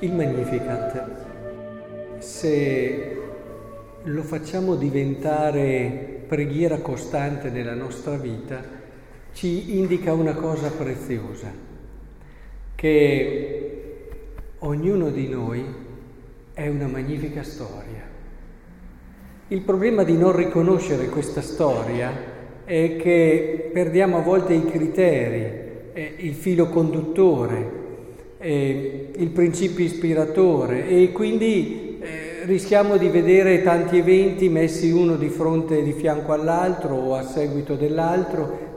Il Magnificat, se lo facciamo diventare preghiera costante nella nostra vita, ci indica una cosa preziosa, che ognuno di noi è una magnifica storia. Il problema di non riconoscere questa storia è che perdiamo a volte i criteri, il filo conduttore, il principio ispiratore, e quindi rischiamo di vedere tanti eventi messi uno di fronte, di fianco all'altro o a seguito dell'altro.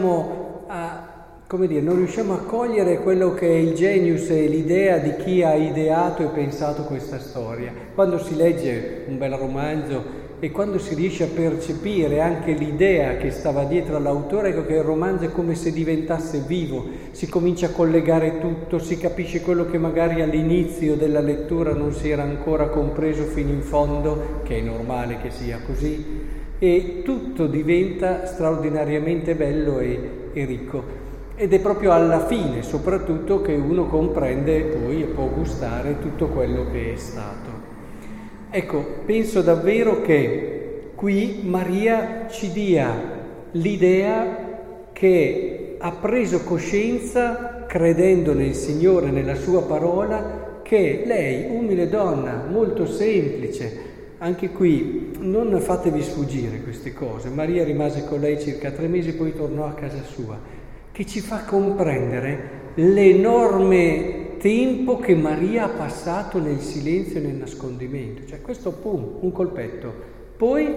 Non riusciamo a cogliere quello che è il genius e l'idea di chi ha ideato e pensato questa storia. Quando si legge un bel romanzo e quando si riesce a percepire anche l'idea che stava dietro all'autore, ecco che il romanzo è come se diventasse vivo, si comincia a collegare tutto, si capisce quello che magari all'inizio della lettura non si era ancora compreso fino in fondo, che è normale che sia così, e tutto diventa straordinariamente bello e ricco. Ed è proprio alla fine, soprattutto, che uno comprende poi e può gustare tutto quello che è stato. Ecco, penso davvero che qui Maria ci dia l'idea che ha preso coscienza, credendo nel Signore, nella sua parola, che lei, umile donna, molto semplice, anche qui non fatevi sfuggire queste cose. Maria rimase con lei circa 3 mesi, poi tornò a casa sua, che ci fa comprendere l'enorme tempo che Maria ha passato nel silenzio e nel nascondimento. Cioè questo, un colpetto. Poi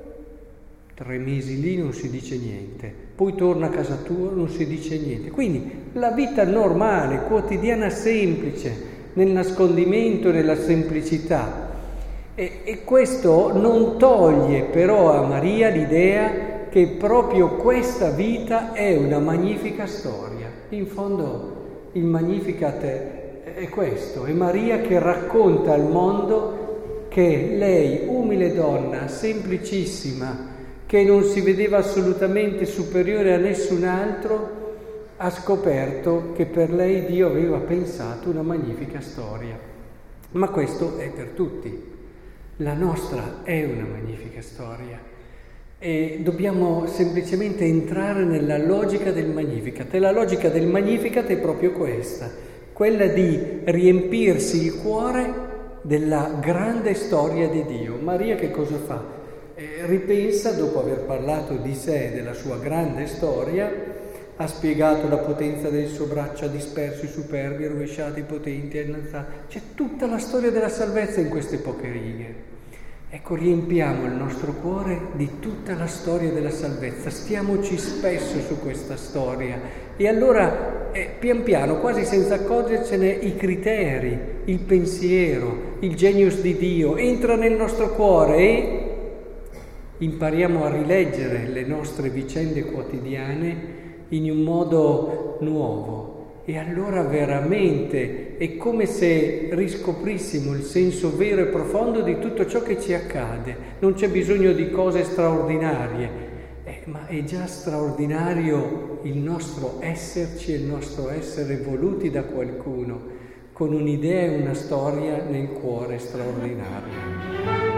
3 mesi lì non si dice niente, poi torna a casa tua, non si dice niente. Quindi la vita normale, quotidiana, semplice, nel nascondimento, nella semplicità. E questo non toglie però a Maria l'idea che proprio questa vita è una magnifica storia. In fondo il Magnificat è questo, è Maria che racconta al mondo che lei, umile donna, semplicissima, che non si vedeva assolutamente superiore a nessun altro, ha scoperto che per lei Dio aveva pensato una magnifica storia. Ma questo è per tutti. La nostra è una magnifica storia. E dobbiamo semplicemente entrare nella logica del Magnificat. E la logica del Magnificat è proprio questa, quella di riempirsi il cuore della grande storia di Dio. Maria che cosa fa? Ripensa, dopo aver parlato di sé, della sua grande storia, ha spiegato la potenza del suo braccio, ha disperso i superbi, rovesciato i potenti, ha innalzato. C'è tutta la storia della salvezza in queste poche righe. Ecco, riempiamo il nostro cuore di tutta la storia della salvezza, stiamoci spesso su questa storia e allora pian piano, quasi senza accorgercene, i criteri, il pensiero, il genius di Dio entra nel nostro cuore e impariamo a rileggere le nostre vicende quotidiane in un modo nuovo. E allora veramente è come se riscoprissimo il senso vero e profondo di tutto ciò che ci accade. Non c'è bisogno di cose straordinarie, ma è già straordinario il nostro esserci e il nostro essere voluti da qualcuno, con un'idea e una storia nel cuore straordinaria.